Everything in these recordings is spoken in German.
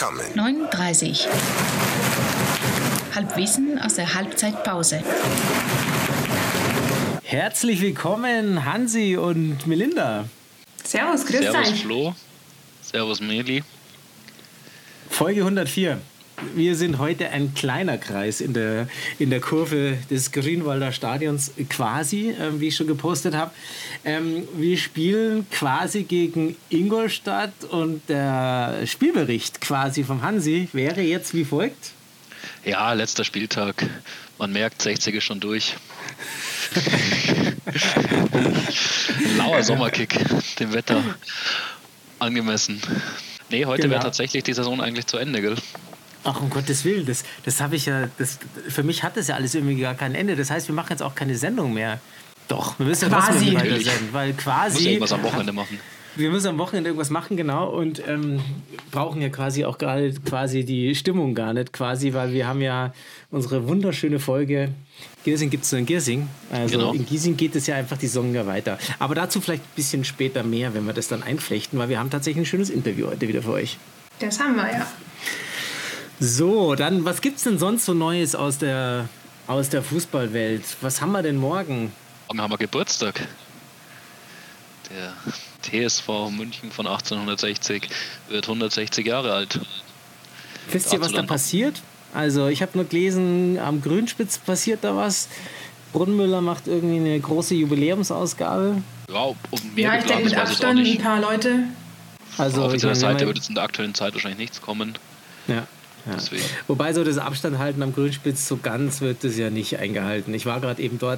Willkommen. 9:30 Halbwissen aus der Halbzeitpause. Herzlich willkommen, Hansi und Melinda. Servus, grüß Servus euch. Flo. Servus Meli. Folge 104. Wir sind heute ein kleiner Kreis in der Kurve des Grünwalder Stadions quasi, wie ich schon gepostet habe. Wir spielen quasi gegen Ingolstadt und der Spielbericht quasi vom Hansi wäre jetzt wie folgt. Ja, letzter Spieltag. Man merkt, 60 ist schon durch. Ein lauer Sommerkick, dem Wetter angemessen. Nee, heute wäre tatsächlich die Saison eigentlich zu Ende, gell? Ach, um Gottes Willen, das habe ich ja, für mich hat das ja alles irgendwie gar kein Ende. Das heißt, wir machen jetzt auch keine Sendung mehr. Doch, wir müssen ja trotzdem weiter senden, weil quasi... Muss ja irgendwas am Wochenende machen. Wir müssen am Wochenende irgendwas machen, genau, und brauchen ja quasi auch gerade die Stimmung gar nicht, quasi, weil wir haben ja unsere wunderschöne Folge, Giersing gibt es nur in Giersing, also genau. In Giesing geht es ja einfach die Saison ja weiter. Aber dazu vielleicht ein bisschen später mehr, wenn wir das dann einflechten, weil wir haben tatsächlich ein schönes Interview heute wieder für euch. Das haben wir, ja. So, dann, was gibt's denn sonst so Neues aus der Fußballwelt? Was haben wir denn morgen? Morgen haben wir Geburtstag. Der TSV München von 1860 wird 160 Jahre alt. Wisst ihr, was da passiert? Also, ich habe nur gelesen, am Grünspitz passiert da was. Brunmüller macht irgendwie eine große Jubiläumsausgabe. Ja, um mehr ich denke mit Abstand ein paar Leute. Also, auf offizieller Seite wird jetzt in der aktuellen Zeit wahrscheinlich nichts kommen. Ja. Wobei so das Abstand halten am Grünspitz, so ganz wird das ja nicht eingehalten. Ich war gerade eben dort,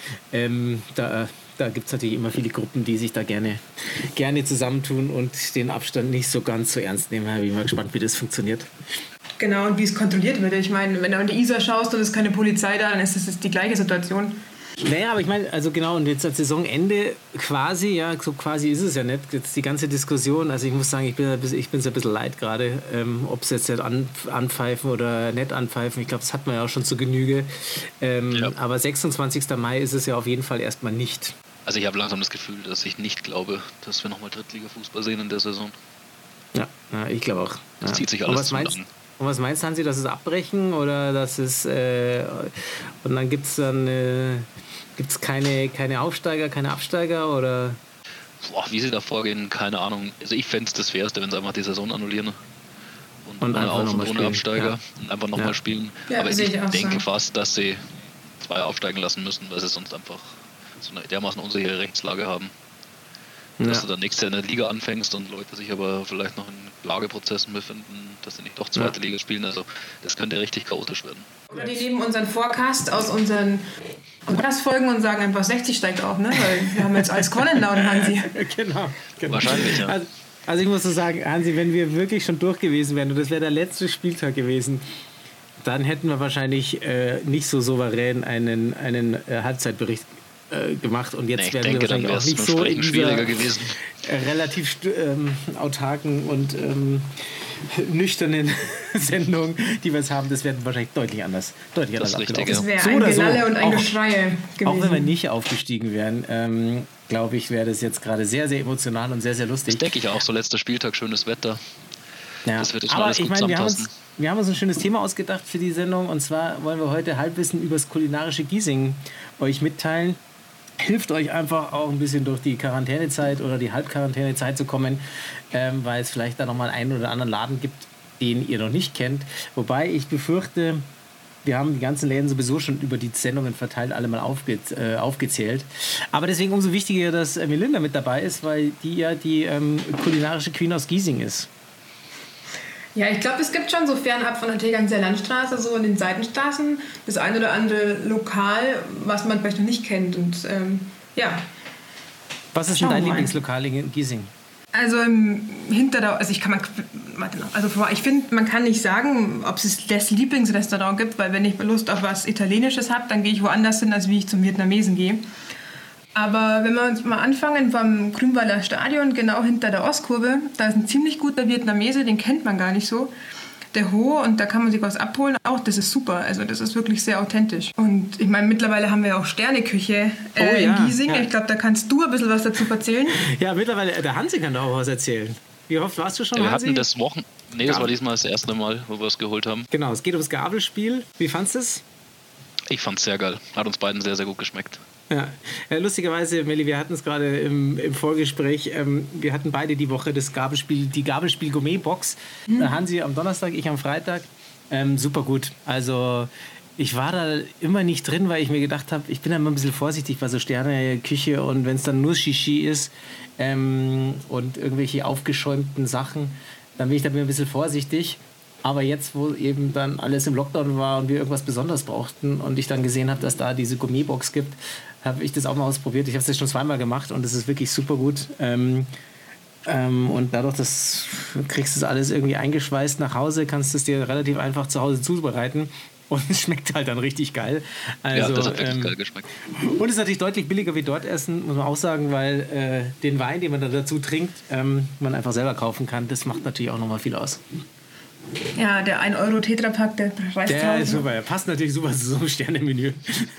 da gibt es natürlich immer viele Gruppen, die sich da gerne zusammentun und den Abstand nicht so ganz so ernst nehmen. Ich bin mal gespannt, wie das funktioniert. Genau, und wie es kontrolliert wird. Ich meine, wenn du an die Isar schaust und es ist keine Polizei da, dann ist das die gleiche Situation. Naja, aber ich meine, also genau, und jetzt als Saisonende quasi, ja, so quasi ist es ja nicht, jetzt die ganze Diskussion, also ich muss sagen, ich bin so ein bisschen leid gerade, ob es jetzt nicht anpfeifen oder nicht anpfeifen, ich glaube, das hat man ja auch schon zu Genüge, aber 26. Mai ist es ja auf jeden Fall erstmal nicht. Also ich habe langsam das Gefühl, dass ich nicht glaube, dass wir nochmal Drittliga-Fußball sehen in der Saison. Ja, ich glaube auch. Das zieht sich alles zusammen. Und was meinst du, Hansi, dass es abbrechen oder dass es und dann gibt es keine Aufsteiger, keine Absteiger oder? Boah, wie sie da vorgehen, keine Ahnung. Also ich fände es das Fairste, wenn sie einfach die Saison annullieren und ohne Auf- und ohne Absteiger und einfach nochmal spielen. Ja, aber ich denke fast, dass sie 2 aufsteigen lassen müssen, weil sie sonst einfach so eine dermaßen unsichere Rechtslage haben. Dass du dann nächstes Jahr in der Liga anfängst und Leute sich aber vielleicht noch in Klageprozessen befinden, dass sie nicht doch zweite Liga spielen. Also das könnte richtig chaotisch werden. Oder die nehmen unseren Forecast aus unseren Podcast-Folgen und sagen einfach 60 steigt auf, ne? Weil wir haben jetzt alles gewonnen laut Hansi. Genau. Wahrscheinlich, ja. Also ich muss so sagen, Hansi, wenn wir wirklich schon durch gewesen wären und das wäre der letzte Spieltag gewesen, dann hätten wir wahrscheinlich nicht so souverän einen Halbzeitbericht gemacht und jetzt werden wir wahrscheinlich auch nicht so in dieser relativ autarken und nüchternen Sendung, die wir jetzt haben, das werden wahrscheinlich deutlich anders abgelaufen. Das wäre ein Gelalle und ein Geschrei gewesen. Auch wenn wir nicht aufgestiegen wären, glaube ich, wäre das jetzt gerade sehr, sehr emotional und sehr, sehr lustig. Das denke ich auch, so letzter Spieltag, schönes Wetter. Ja. Das wird jetzt alles gut zusammenpassen. Wir haben uns ein schönes Thema ausgedacht für die Sendung und zwar wollen wir heute Halbwissen über das kulinarische Giesing euch mitteilen. Hilft euch einfach auch ein bisschen durch die Quarantänezeit oder die Halbquarantänezeit zu kommen, weil es vielleicht da nochmal einen oder anderen Laden gibt, den ihr noch nicht kennt. Wobei ich befürchte, wir haben die ganzen Läden sowieso schon über die Sendungen verteilt alle mal aufgezählt. Aber deswegen umso wichtiger, dass Melinda mit dabei ist, weil die ja die kulinarische Queen aus Giesing ist. Ja, ich glaube, es gibt schon so fernab von der Tegernseer Landstraße, so in den Seitenstraßen, das ein oder andere Lokal, was man vielleicht noch nicht kennt. Und Was ist denn dein Lieblingslokal in Giesing? Also ich finde, man kann nicht sagen, ob es das Lieblingsrestaurant gibt, weil wenn ich Lust auf was Italienisches habe, dann gehe ich woanders hin, als wie ich zum Vietnamesen gehe. Aber wenn wir uns mal anfangen vom Grünwalder Stadion, genau hinter der Ostkurve, da ist ein ziemlich guter Vietnamese, den kennt man gar nicht so. Der Ho, und da kann man sich was abholen. Auch das ist super, also das ist wirklich sehr authentisch. Und ich meine, mittlerweile haben wir ja auch Sterneküche in Giesing. Ja. Ich glaube, da kannst du ein bisschen was dazu erzählen. Ja, mittlerweile, der Hansi kann da auch was erzählen. Wie oft warst du schon, Ja, wir Hansi? hatten das Nee, das war diesmal das erste Mal, wo wir es geholt haben. Genau, es geht ums Gabelspiel. Wie fandest du es? Ich fand es sehr geil. Hat uns beiden sehr, sehr gut geschmeckt. Ja, lustigerweise, Melli, wir hatten es gerade im Vorgespräch, wir hatten beide die Woche die Gabelspiel-Gourmet-Box. Hansi am Donnerstag, ich am Freitag. Super gut. Also ich war da immer nicht drin, weil ich mir gedacht habe, ich bin da immer ein bisschen vorsichtig bei so Sterne-Küche und wenn es dann nur Shishi ist und irgendwelche aufgeschäumten Sachen, dann bin ich da ein bisschen vorsichtig. Aber jetzt, wo eben dann alles im Lockdown war und wir irgendwas Besonderes brauchten und ich dann gesehen habe, dass da diese Gourmet-Box gibt, habe ich das auch mal ausprobiert. Ich habe es jetzt schon zweimal gemacht und es ist wirklich super gut. Und dadurch, dass du kriegst das alles irgendwie eingeschweißt nach Hause, kannst du es dir relativ einfach zu Hause zubereiten. Und es schmeckt halt dann richtig geil. Also, ja, das hat wirklich geil geschmeckt. Und es ist natürlich deutlich billiger wie dort essen, muss man auch sagen, weil den Wein, den man da dazu trinkt, man einfach selber kaufen kann. Das macht natürlich auch nochmal viel aus. Ja, der 1 Euro Tetrapack, der reißt Der ist super, der passt natürlich super zu so einem Sternemenü.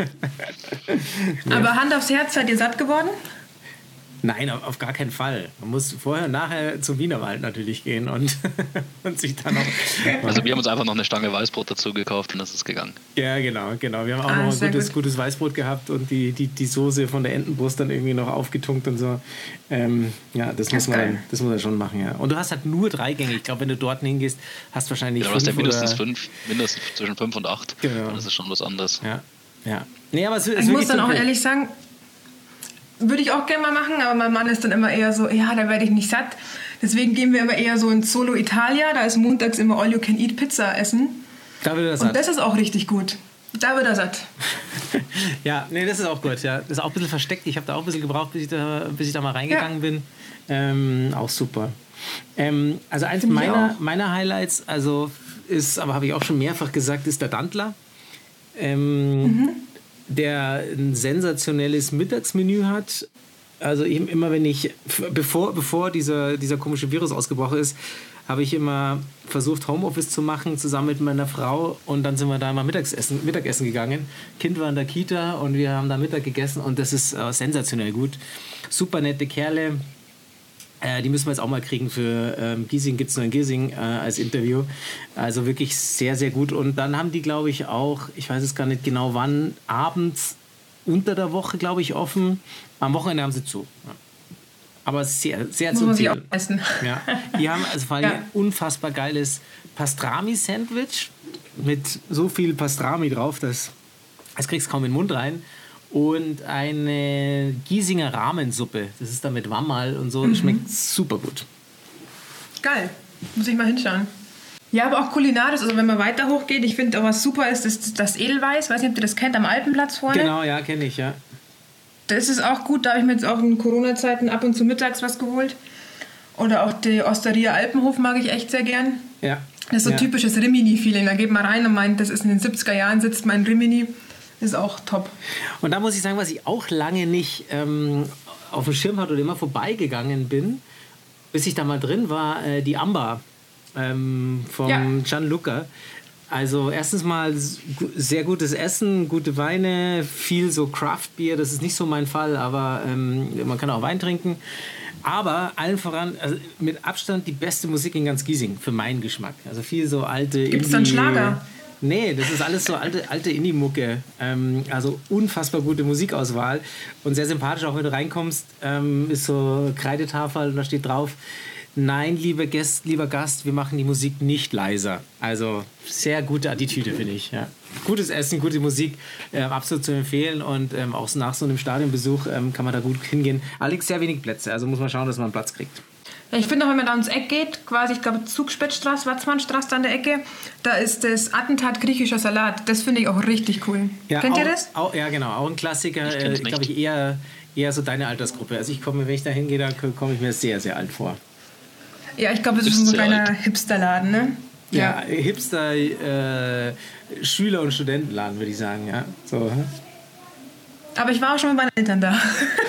Aber Hand aufs Herz, seid ihr satt geworden? Nein, auf gar keinen Fall. Man muss vorher und nachher zum Wienerwald natürlich gehen und sich dann noch... Also wir haben uns einfach noch eine Stange Weißbrot dazu gekauft und das ist gegangen. Ja, genau. Wir haben auch noch ein gutes Weißbrot gehabt und die Soße von der Entenbrust dann irgendwie noch aufgetunkt und so. Ja, das muss man schon machen, ja. Und du hast halt nur 3 Gänge. Ich glaube, wenn du dort hingehst, hast du wahrscheinlich 5 du hast ja mindestens oder... 5, mindestens zwischen 5 und 8. Genau. Das ist schon was anderes. Ja. Nee, aber ich muss dann auch ehrlich sagen, würde ich auch gerne mal machen, aber mein Mann ist dann immer eher so, ja, da werde ich nicht satt. Deswegen gehen wir immer eher so ins Solo Italia, da ist montags immer All-You-Can-Eat-Pizza essen. Da wird er satt. Und das ist auch richtig gut. Da wird er satt. Ja, nee, das ist auch gut. Ja. Das ist auch ein bisschen versteckt. Ich habe da auch ein bisschen gebraucht, bis ich da mal reingegangen bin. Auch super. Also eins meiner Highlights, aber habe ich auch schon mehrfach gesagt, ist der Dantler. Der ein sensationelles Mittagsmenü hat. Also immer wenn ich, bevor dieser komische Virus ausgebrochen ist, habe ich immer versucht, Homeoffice zu machen, zusammen mit meiner Frau. Und dann sind wir da mal Mittagessen gegangen. Kind war in der Kita und wir haben da Mittag gegessen und das ist sensationell gut. Super nette Kerle. Die müssen wir jetzt auch mal kriegen für Giesing, gibt es nur in Giesing als Interview. Also wirklich sehr, sehr gut. Und dann haben die, glaube ich, auch, ich weiß es gar nicht genau wann, abends unter der Woche, glaube ich, offen. Am Wochenende haben sie zu. Ja. Aber sehr, sehr zu empfehlen. Ja. Die haben also vor allem ein unfassbar geiles Pastrami-Sandwich mit so viel Pastrami drauf, das kriegst du kaum in den Mund rein. Und eine Giesinger Rahmensuppe. Das ist dann mit Wammerl und so. Schmeckt super gut. Geil. Muss ich mal hinschauen. Ja, aber auch kulinarisch. Also wenn man weiter hochgeht, ich finde auch was super ist, das Edelweiß. Weiß nicht, ob ihr das kennt, am Alpenplatz vorne. Genau, ja, kenne ich, ja. Das ist auch gut. Da habe ich mir jetzt auch in Corona-Zeiten ab und zu mittags was geholt. Oder auch die Osteria Alpenhof mag ich echt sehr gern. Ja. Das ist so typisches Rimini-Feeling. Da geht man rein und meint, das ist in den 70er Jahren, sitzt mein Rimini. Ist auch top. Und da muss ich sagen, was ich auch lange nicht auf dem Schirm hatte oder immer vorbeigegangen bin, bis ich da mal drin war, die Amba vom Gianluca. Also erstens mal sehr gutes Essen, gute Weine, viel so Craft-Bier, das ist nicht so mein Fall, aber man kann auch Wein trinken. Aber allen voran, also mit Abstand die beste Musik in ganz Giesing, für meinen Geschmack. Also viel so alte... Gibt es dann Schlager? Nee, das ist alles so alte Indie-Mucke. Also unfassbar gute Musikauswahl. Und sehr sympathisch, auch wenn du reinkommst, ist so Kreidetafel und da steht drauf, nein, lieber Gast, wir machen die Musik nicht leiser. Also sehr gute Attitüde, finde ich. Ja. Gutes Essen, gute Musik, absolut zu empfehlen. Und auch nach so einem Stadionbesuch kann man da gut hingehen. Allerdings sehr wenig Plätze, also muss man schauen, dass man einen Platz kriegt. Ja, ich finde auch, wenn man da ins Eck geht, quasi, ich glaube Zugspitzstraße, Watzmannstraße an der Ecke, da ist das Attentat griechischer Salat. Das finde ich auch richtig cool. Ja, kennt ihr das? Ja, genau. Auch ein Klassiker, glaube ich, eher so deine Altersgruppe. Also wenn ich da hingehe, da komme ich mir sehr, sehr alt vor. Ja, ich glaube, es ist so ein kleiner Hipsterladen, ne? Ja, Hipster, Schüler- und Studentenladen, würde ich sagen, ja. So. Aber ich war auch schon mit meinen Eltern da.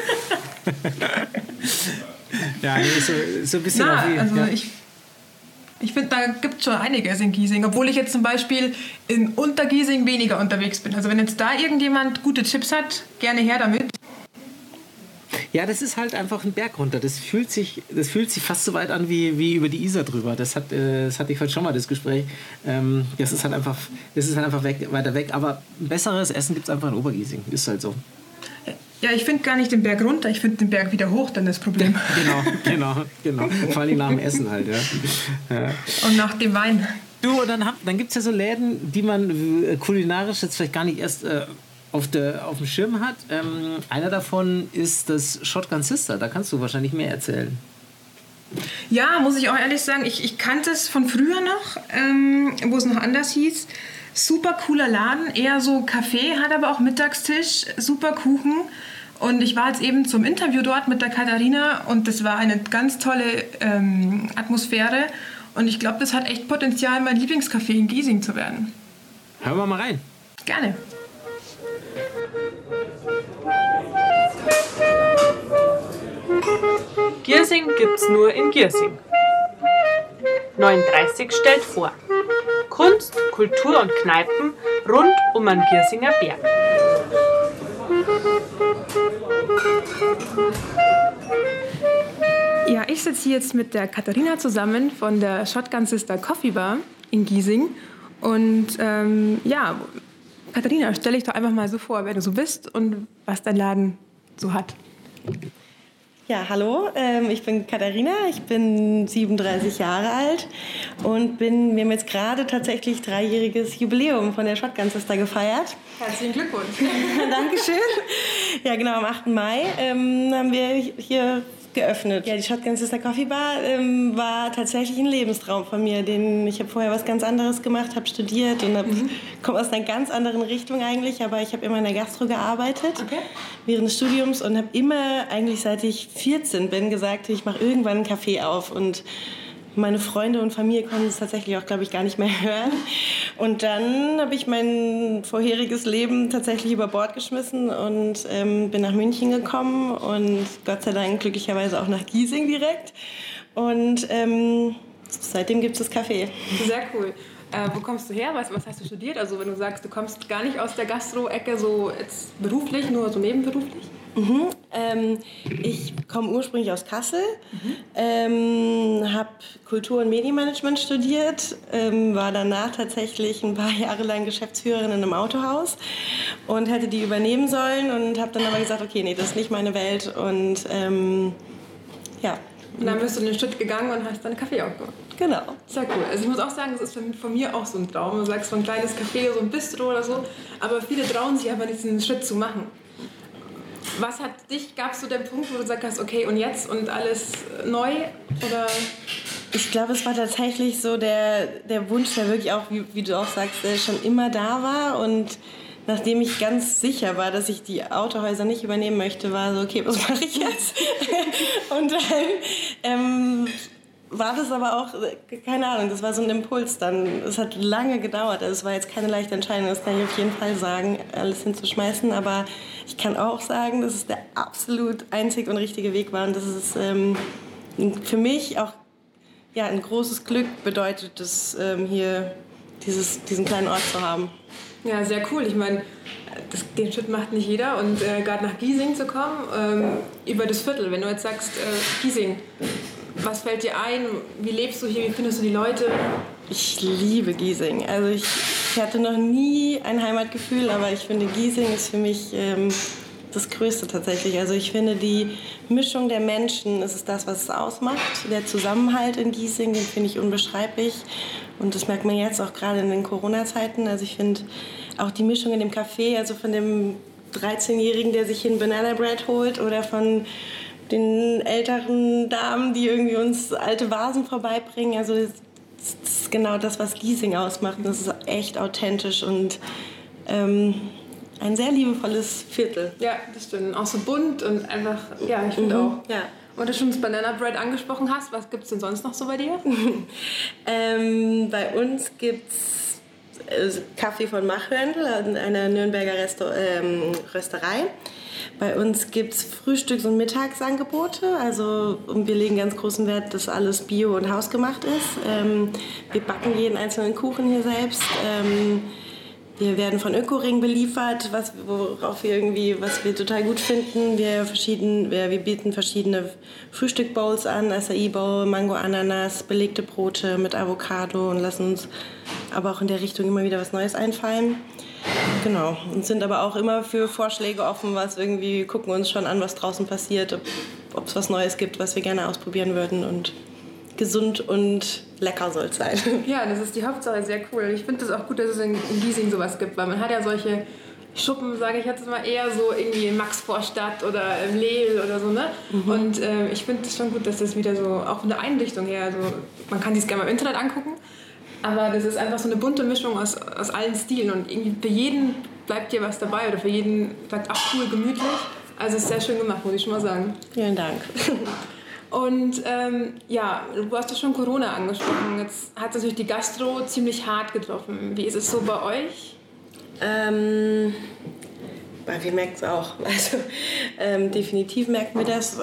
Ja, so ein bisschen. Ich finde, da gibt es schon einiges in Giesing, obwohl ich jetzt zum Beispiel in Untergiesing weniger unterwegs bin. Also wenn jetzt da irgendjemand gute Tipps hat, gerne her damit. Ja, das ist halt einfach ein Berg runter. Das fühlt sich fast so weit an wie über die Isar drüber. Das hatte ich heute schon mal, das Gespräch. Das ist halt einfach weiter weg. Aber ein besseres Essen gibt es einfach in Obergiesing. Ist halt so. Ja, ich finde gar nicht den Berg runter, ich finde den Berg wieder hoch, dann das Problem. Genau. Vor allem nach dem Essen halt, ja. Und nach dem Wein. Du, dann gibt es ja so Läden, die man kulinarisch jetzt vielleicht gar nicht erst auf dem Schirm hat. Einer davon ist das Shotgun Sister. Da kannst du wahrscheinlich mehr erzählen. Ja, muss ich auch ehrlich sagen, ich kannte es von früher noch, wo es noch anders hieß. Super cooler Laden, eher so Café, hat aber auch Mittagstisch, super Kuchen. Und ich war jetzt eben zum Interview dort mit der Katharina und das war eine ganz tolle Atmosphäre. Und ich glaube, das hat echt Potenzial, mein Lieblingscafé in Giesing zu werden. Hören wir mal rein. Gerne. Giersing gibt's nur in Giersing. 39 stellt vor. Kunst, Kultur und Kneipen rund um den Giersinger Berg. Ja, ich sitze hier jetzt mit der Katharina zusammen von der Shotgun Sister Coffee Bar in Giesing. Und ja, Katharina, stell dich doch einfach mal so vor, wer du so bist und was dein Laden so hat. Ja, hallo, ich bin Katharina, ich bin 37 Jahre alt und wir haben jetzt gerade tatsächlich 3-jähriges Jubiläum von der Shotgun Sister gefeiert. Herzlichen Glückwunsch. Dankeschön. Ja, genau, am 8. Mai haben wir hier geöffnet. Ja, die Shotgun Sister Coffee Bar war tatsächlich ein Lebenstraum von mir. Ich habe vorher was ganz anderes gemacht, habe studiert und komme aus einer ganz anderen Richtung eigentlich, aber ich habe immer in der Gastro gearbeitet während des Studiums und habe immer eigentlich seit ich 14 bin gesagt, ich mache irgendwann einen Café auf und meine Freunde und Familie konnten es tatsächlich auch, glaube ich, gar nicht mehr hören. Und dann habe ich mein vorheriges Leben tatsächlich über Bord geschmissen und bin nach München gekommen und Gott sei Dank glücklicherweise auch nach Giesing direkt. Und seitdem gibt es das Café. Sehr cool. Wo kommst du her? Was hast du studiert? Also wenn du sagst, du kommst gar nicht aus der Gastro-Ecke, so jetzt beruflich, nur so nebenberuflich? Ich komme ursprünglich aus Kassel, habe Kultur- und Medienmanagement studiert, war danach tatsächlich ein paar Jahre lang Geschäftsführerin in einem Autohaus und hätte die übernehmen sollen und habe dann aber gesagt, okay, nee, das ist nicht meine Welt und ja. Und dann bist du den Schritt gegangen und hast dann einen Kaffee aufgemacht. Genau. Sehr cool. Also ich muss auch sagen, das ist von mir auch so ein Traum. Du sagst, so ein kleines Café, so ein Bistro oder so. Aber viele trauen sich aber nicht, diesen Schritt zu machen. Was hat dich, gab es so den Punkt, wo du gesagt hast, okay, und jetzt und alles neu? Oder? Ich glaube, es war tatsächlich so der Wunsch, der wirklich auch, wie du auch sagst, schon immer da war. Und nachdem ich ganz sicher war, dass ich die Autohäuser nicht übernehmen möchte, war so, okay, was mache ich jetzt? Und dann war das aber auch, keine Ahnung, das war so ein Impuls dann. Es hat lange gedauert, also es war jetzt keine leichte Entscheidung, das kann ich auf jeden Fall sagen, alles hinzuschmeißen, aber ich kann auch sagen, dass es der absolut einzig und richtige Weg war und dass es für mich auch ja, ein großes Glück bedeutet, das, hier diesen kleinen Ort zu haben. Ja, sehr cool. Ich meine, den Schritt macht nicht jeder und gerade nach Giesing zu kommen, über das Viertel, wenn du jetzt sagst, Giesing, was fällt dir ein? Wie lebst du hier? Wie findest du die Leute? Ich liebe Giesing. Also ich hatte noch nie ein Heimatgefühl, aber ich finde, Giesing ist für mich das Größte tatsächlich. Also ich finde, die Mischung der Menschen, das ist das, was es ausmacht. Der Zusammenhalt in Giesing, den finde ich unbeschreiblich. Und das merkt man jetzt auch gerade in den Corona-Zeiten. Also ich finde auch die Mischung in dem Café, also von dem 13-Jährigen, der sich hier ein Banana Bread holt oder von den älteren Damen, die irgendwie uns alte Vasen vorbeibringen. Also das ist genau das, was Giesing ausmacht. Und das ist echt authentisch und ein sehr liebevolles Viertel. Ja, das stimmt. Auch so bunt und einfach, ja, ich finde auch. Ja. Und du schon das Banana Bread angesprochen hast, was gibt es denn sonst noch so bei dir? Bei uns gibt es Kaffee von Machhörndl, einer Nürnberger Rösterei. Bei uns gibt es Frühstücks- und Mittagsangebote. Also wir legen ganz großen Wert, dass alles bio und hausgemacht ist. Wir backen jeden einzelnen Kuchen hier selbst. Wir werden von Ökoring beliefert, was wir total gut finden. Wir bieten verschiedene Frühstückbowls an, Acai-Bowl, Mango, Ananas, belegte Brote mit Avocado und lassen uns aber auch in der Richtung immer wieder was Neues einfallen. Genau, und sind aber auch immer für Vorschläge offen, gucken uns schon an, was draußen passiert, ob es was Neues gibt, was wir gerne ausprobieren würden und gesund und lecker soll es sein. Ja, das ist die Hauptsache, sehr cool. Ich finde es auch gut, dass es in Giesing sowas gibt, weil man hat ja solche Schuppen, sage ich jetzt mal, eher so irgendwie in Maxvorstadt oder im Lehl oder so, ne? Und ich finde es schon gut, dass das wieder so, auch von der Einrichtung her, so, man kann sich gerne mal im Internet angucken, aber das ist einfach so eine bunte Mischung aus allen Stilen und irgendwie für jeden bleibt hier was dabei oder für jeden sagt, ach cool, gemütlich. Also es ist sehr schön gemacht, muss ich schon mal sagen. Vielen Dank. Und du hast ja schon Corona angesprochen. Jetzt hat es natürlich die Gastro ziemlich hart getroffen. Wie ist es so bei euch? Wir merken es auch. Also, definitiv merken wir das.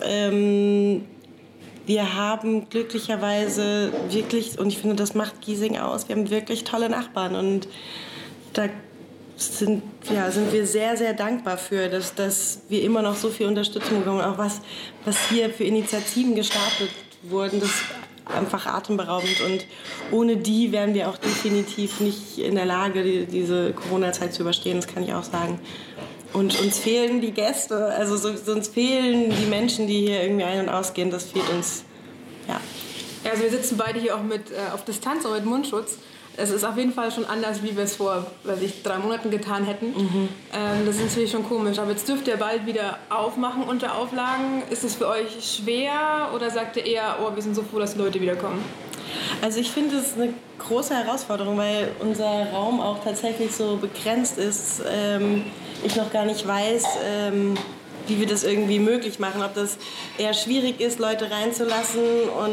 Wir haben glücklicherweise wirklich, und ich finde, das macht Giesing aus, wir haben wirklich tolle Nachbarn. Und da sind wir sehr, sehr dankbar für, dass wir immer noch so viel Unterstützung bekommen. Auch was hier für Initiativen gestartet wurden, das ist einfach atemberaubend. Und ohne die wären wir auch definitiv nicht in der Lage, diese Corona-Zeit zu überstehen, das kann ich auch sagen. Und uns fehlen die Gäste, also uns fehlen die Menschen, die hier irgendwie ein- und ausgehen, das fehlt uns, ja. Also wir sitzen beide hier auch auf Distanz und mit Mundschutz. Es ist auf jeden Fall schon anders, wie wir es vor 3 Monaten getan hätten. Das ist natürlich schon komisch. Aber jetzt dürft ihr bald wieder aufmachen unter Auflagen. Ist es für euch schwer oder sagt ihr eher, oh, wir sind so froh, dass die Leute wiederkommen? Also ich finde, es ist eine große Herausforderung, weil unser Raum auch tatsächlich so begrenzt ist. Ich noch gar nicht weiß, wie wir das irgendwie möglich machen. Ob das eher schwierig ist, Leute reinzulassen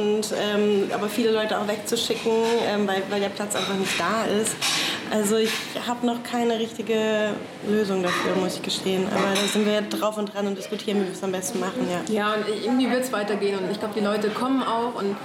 aber viele Leute auch wegzuschicken, weil der Platz einfach nicht da ist. Also ich habe noch keine richtige Lösung dafür, muss ich gestehen. Aber da sind wir drauf und dran und diskutieren, wie wir es am besten machen. Ja, und irgendwie wird es weitergehen und ich glaube, die Leute kommen auch und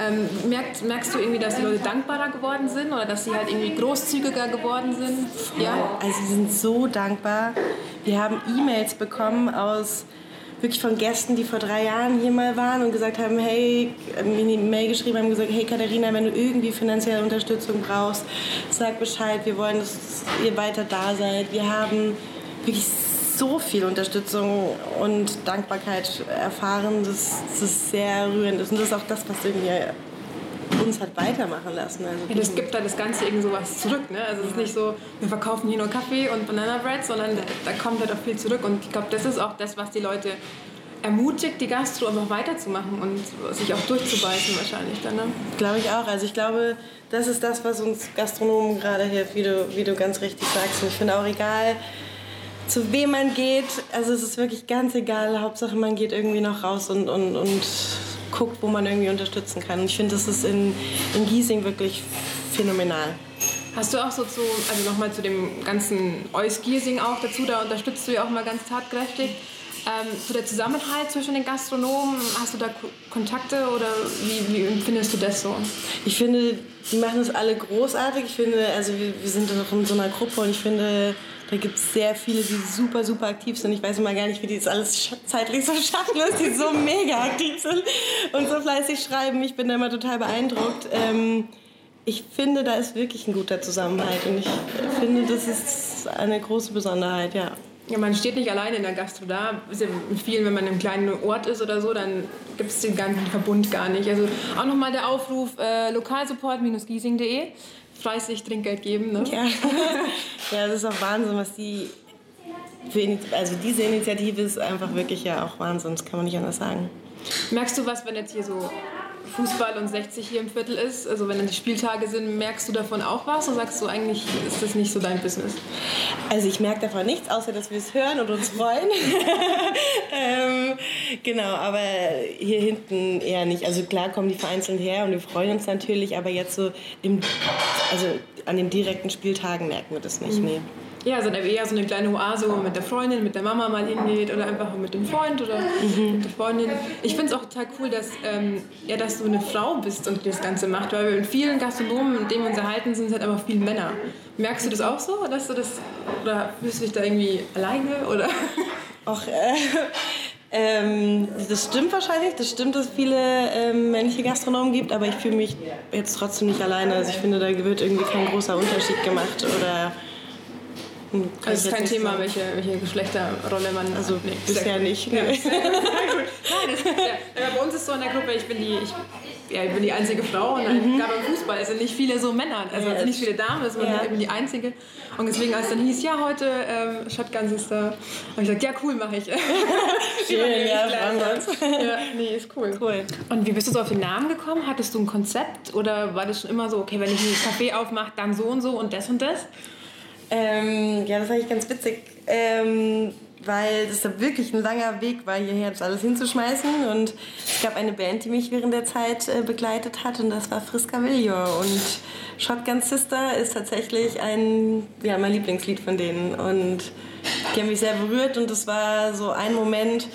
merkst du irgendwie, dass die Leute dankbarer geworden sind oder dass sie halt irgendwie großzügiger geworden sind? Ja, also sie sind so dankbar. Wir haben E-Mails bekommen wirklich von Gästen, die vor 3 Jahren hier mal waren und gesagt haben, hey, mir eine Mail geschrieben haben, gesagt, hey Katharina, wenn du irgendwie finanzielle Unterstützung brauchst, sag Bescheid, wir wollen, dass ihr weiter da seid. Wir haben wirklich so viel Unterstützung und Dankbarkeit erfahren, das ist sehr rührend. Und das ist auch das, was irgendwie uns hat weitermachen lassen. Also ja, das gibt da das Ganze irgend sowas zurück. Ne? Also es ist nicht so, wir verkaufen hier nur Kaffee und Banana Bread, sondern da kommt halt auch viel zurück. Und ich glaube, das ist auch das, was die Leute ermutigt, die Gastro einfach weiterzumachen und sich auch durchzubeißen wahrscheinlich dann. Ne? Glaube ich auch. Also ich glaube, das ist das, was uns Gastronomen gerade hilft, wie du ganz richtig sagst. Und ich finde auch egal, zu wem man geht, also es ist wirklich ganz egal. Hauptsache man geht irgendwie noch raus und guckt, wo man irgendwie unterstützen kann. Und ich finde, das ist in Giesing wirklich phänomenal. Hast du auch also nochmal zu dem ganzen Eus Giesing auch dazu, da unterstützt du ja auch mal ganz tatkräftig. Zu der Zusammenhalt zwischen den Gastronomen, hast du da Kontakte oder wie empfindest du das so? Ich finde, die machen das alle großartig. Ich finde, also wir sind noch in so einer Gruppe und ich finde, da gibt es sehr viele, die super, super aktiv sind. Ich weiß immer gar nicht, wie die das alles zeitlich so schaffen, dass die so mega aktiv sind und so fleißig schreiben. Ich bin da immer total beeindruckt. Ich finde, da ist wirklich ein guter Zusammenhalt und ich finde, das ist eine große Besonderheit, ja. Ja, man steht nicht alleine in der Gastro da. Ist ja in vielen, wenn man in einem kleinen Ort ist oder so, dann gibt es den ganzen Verbund gar nicht. Also auch nochmal der Aufruf, lokalsupport-giesing.de, fleißig Trinkgeld geben. Ne? Ja. Ja, das ist auch Wahnsinn, was also diese Initiative ist einfach wirklich ja auch Wahnsinn, das kann man nicht anders sagen. Merkst du was, wenn jetzt hier so Fußball und 60 hier im Viertel ist, also wenn dann die Spieltage sind, merkst du davon auch was oder sagst du eigentlich, ist das nicht so dein Business? Also ich merke davon nichts, außer dass wir es hören und uns freuen. Genau, aber hier hinten eher nicht. Also klar kommen die vereinzelt her und wir freuen uns natürlich, aber jetzt so an den direkten Spieltagen merken wir das nicht, nee. Ja, sondern eher so eine kleine Oase, wo man mit der Freundin, mit der Mama mal hingeht oder einfach mit dem Freund oder mit der Freundin. Ich finde es auch total cool, dass, dass du eine Frau bist und das Ganze macht, weil wir in vielen Gastronomen, in denen wir uns erhalten, sind es halt aber viele Männer. Merkst du das auch so, dass du das, oder fühlst du dich da irgendwie alleine, oder? Ach, das stimmt wahrscheinlich. Das stimmt, dass es viele männliche Gastronomen gibt, aber ich fühle mich jetzt trotzdem nicht alleine. Also ich finde, da wird irgendwie kein großer Unterschied gemacht oder... Also es ist kein Thema, welche Geschlechterrolle man... Also bisher nicht. Ja. Nein, bei uns ist so in der Gruppe, ich bin die einzige Frau und gerade beim Fußball sind nicht viele so Männer, also sind nicht viele Damen, sondern ich bin die einzige. Und deswegen, als dann hieß, ja, heute Shotgun Sister, habe ich gesagt, ja, cool, mache ich. Schön, ja, ja, nee, ist cool. Und wie bist du so auf den Namen gekommen? Hattest du ein Konzept oder war das schon immer so, okay, wenn ich ein Café aufmache, dann so und das und das? Ja, das war eigentlich ganz witzig, weil das da wirklich ein langer Weg war, hierher das alles hinzuschmeißen. Und es gab eine Band, die mich während der Zeit begleitet hat, und das war Friscavillo. Und Shotgun Sister ist tatsächlich mein Lieblingslied von denen. Und die haben mich sehr berührt, und das war so ein Moment,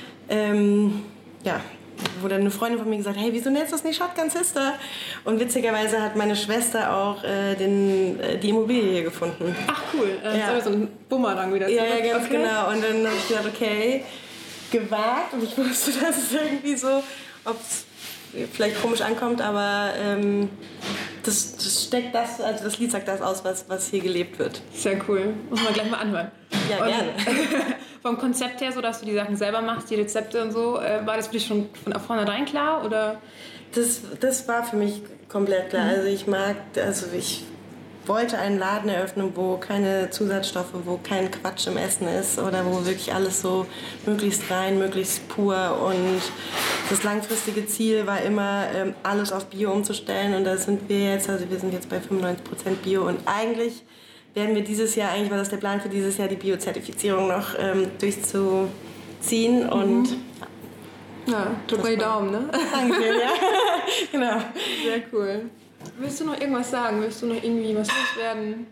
wo dann eine Freundin von mir gesagt hat, hey, wieso nennst du das nicht Shotgun Sister? Und witzigerweise hat meine Schwester auch die Immobilie hier gefunden. Ach cool, das ist so ein Bumerang wieder. Ja, ganz genau. Und dann habe ich gedacht, okay, gewagt. Und ich wusste, dass es irgendwie so, ob es vielleicht komisch ankommt, aber das Lied sagt das aus, was hier gelebt wird. Sehr cool. Muss man gleich mal anhören. Ja, gerne. Vom Konzept her, so dass du die Sachen selber machst, die Rezepte und so, war das für dich schon von vornherein klar, oder? Das war für mich komplett klar. Also ich wollte einen Laden eröffnen, wo keine Zusatzstoffe, wo kein Quatsch im Essen ist oder wo wirklich alles so möglichst rein, möglichst pur. Und das langfristige Ziel war immer, alles auf Bio umzustellen. Und da sind wir jetzt, also wir sind jetzt bei 95% Bio. Und eigentlich werden wir dieses Jahr, eigentlich war das der Plan für dieses Jahr, die Bio-Zertifizierung noch durchzuziehen. Und ja, drück mal die Daumen, ne? Dankeschön, ja. Genau. Sehr cool. Willst du noch irgendwas sagen? Willst du noch irgendwie was loswerden?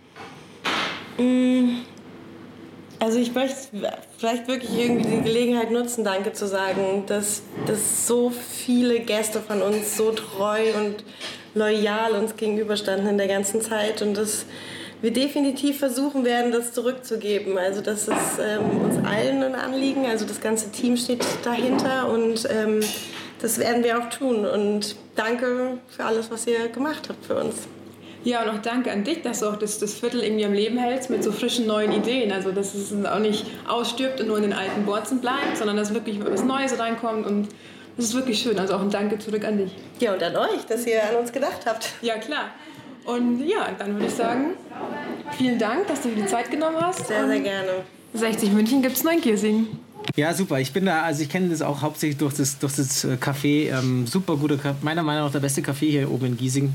Also ich möchte vielleicht wirklich irgendwie die Gelegenheit nutzen, Danke zu sagen, dass so viele Gäste von uns so treu und loyal uns gegenüberstanden in der ganzen Zeit, und dass wir definitiv versuchen werden, das zurückzugeben. Also das ist uns allen ein Anliegen, also das ganze Team steht dahinter, und das werden wir auch tun. Und danke für alles, was ihr gemacht habt für uns. Ja, und auch danke an dich, dass du auch das Viertel irgendwie am Leben hältst mit so frischen neuen Ideen. Also dass es auch nicht ausstirbt und nur in den alten Borzen bleibt, sondern dass wirklich was Neues reinkommt, und das ist wirklich schön. Also auch ein Danke zurück an dich. Ja, und an euch, dass ihr an uns gedacht habt. Ja, klar. Und ja, dann würde ich sagen, vielen Dank, dass du dir die Zeit genommen hast. Sehr, sehr gerne. 60 München gibt es Neunkiersing. Ja, super. Ich bin da, also ich kenne das auch hauptsächlich durch das Café. Super guter, meiner Meinung nach der beste Café hier oben in Giesing.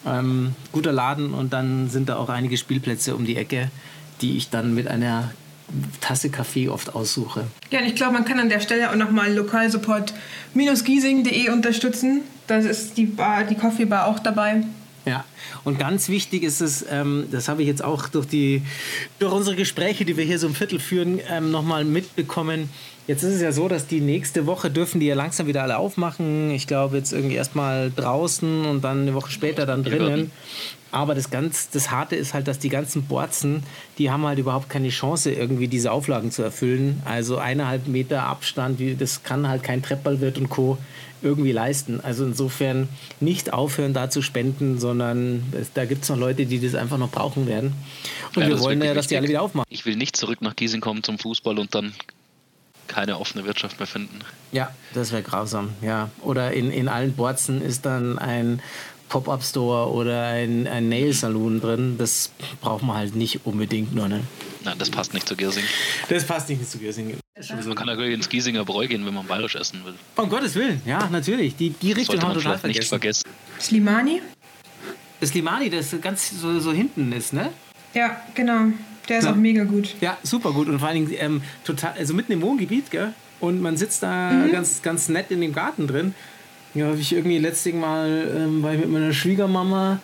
Guter Laden, und dann sind da auch einige Spielplätze um die Ecke, die ich dann mit einer Tasse Kaffee oft aussuche. Ja, und ich glaube, man kann an der Stelle auch nochmal Lokalsupport-giesing.de unterstützen. Da ist die Coffee Bar auch dabei. Ja, und ganz wichtig ist es, das habe ich jetzt auch durch unsere Gespräche, die wir hier so im Viertel führen, nochmal mitbekommen. Jetzt ist es ja so, dass die nächste Woche dürfen die ja langsam wieder alle aufmachen. Ich glaube jetzt irgendwie erstmal draußen und dann eine Woche später dann drinnen. Aber das Harte ist halt, dass die ganzen Borzen, die haben halt überhaupt keine Chance, irgendwie diese Auflagen zu erfüllen. Also 1,5 Meter Abstand, das kann halt kein Treppballwirt und Co. irgendwie leisten. Also insofern nicht aufhören, da zu spenden, sondern da gibt es noch Leute, die das einfach noch brauchen werden. Und wir wollen ja, dass die alle wieder aufmachen. Ich will nicht zurück nach Giesing kommen zum Fußball und dann keine offene Wirtschaft mehr finden. Ja, das wäre grausam. Ja. Oder in allen Borzen ist dann ein Pop-Up-Store oder ein Nail-Saloon drin. Das braucht man halt nicht unbedingt nur. Ne? Nein, das passt nicht zu Giesing. Das passt nicht zu Giesing. Man kann natürlich ins Giesinger Bräu gehen, wenn man bayerisch essen will. Um Gottes Willen, ja, natürlich. Die Richtung haben wir total vergessen. Slimani? Das Slimani, das ganz so hinten ist, ne? Ja, genau. Der ist auch mega gut. Ja, super gut. Und vor allen Dingen total, also mitten im Wohngebiet, gell? Und man sitzt da ganz, ganz nett in dem Garten drin. Ja, habe ich irgendwie letztes Mal war ich mit meiner Schwiegermama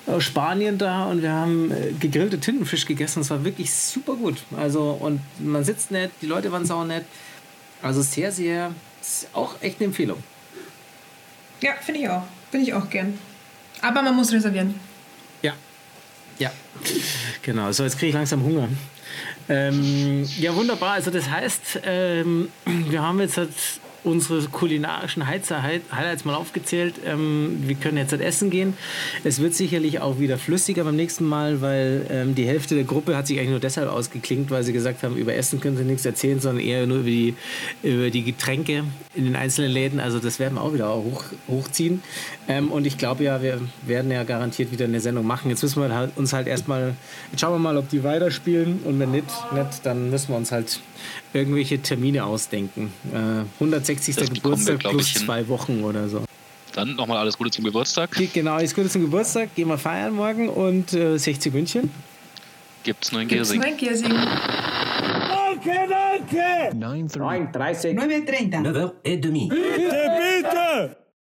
aus Spanien da und wir haben gegrillte Tintenfisch gegessen. Es war wirklich super gut. Also, und man sitzt nett, die Leute waren saunett. Also sehr, sehr, auch echt eine Empfehlung. Ja, finde ich auch. Bin ich auch gern. Aber man muss reservieren. Ja, genau. So, jetzt kriege ich langsam Hunger. Ja, wunderbar. Also das heißt, wir haben jetzt halt unsere kulinarischen Highlights mal aufgezählt. Wir können jetzt halt essen gehen. Es wird sicherlich auch wieder flüssiger beim nächsten Mal, weil die Hälfte der Gruppe hat sich eigentlich nur deshalb ausgeklinkt, weil sie gesagt haben, über Essen können sie nichts erzählen, sondern eher nur über die Getränke in den einzelnen Läden. Also das werden wir auch wieder hochziehen. Und ich glaube ja, wir werden ja garantiert wieder eine Sendung machen. Jetzt müssen wir uns halt erstmal, jetzt schauen wir mal, ob die weiterspielen. Und wenn nicht, dann müssen wir uns halt irgendwelche Termine ausdenken. 160. Geburtstag plus 2 Wochen oder so. Dann nochmal alles Gute zum Geburtstag. Genau, alles Gute zum Geburtstag. Gehen wir feiern morgen und 60 München. Gibt's nur in Giersing. Danke. 9:30. 9:30. 9:30. 9h30.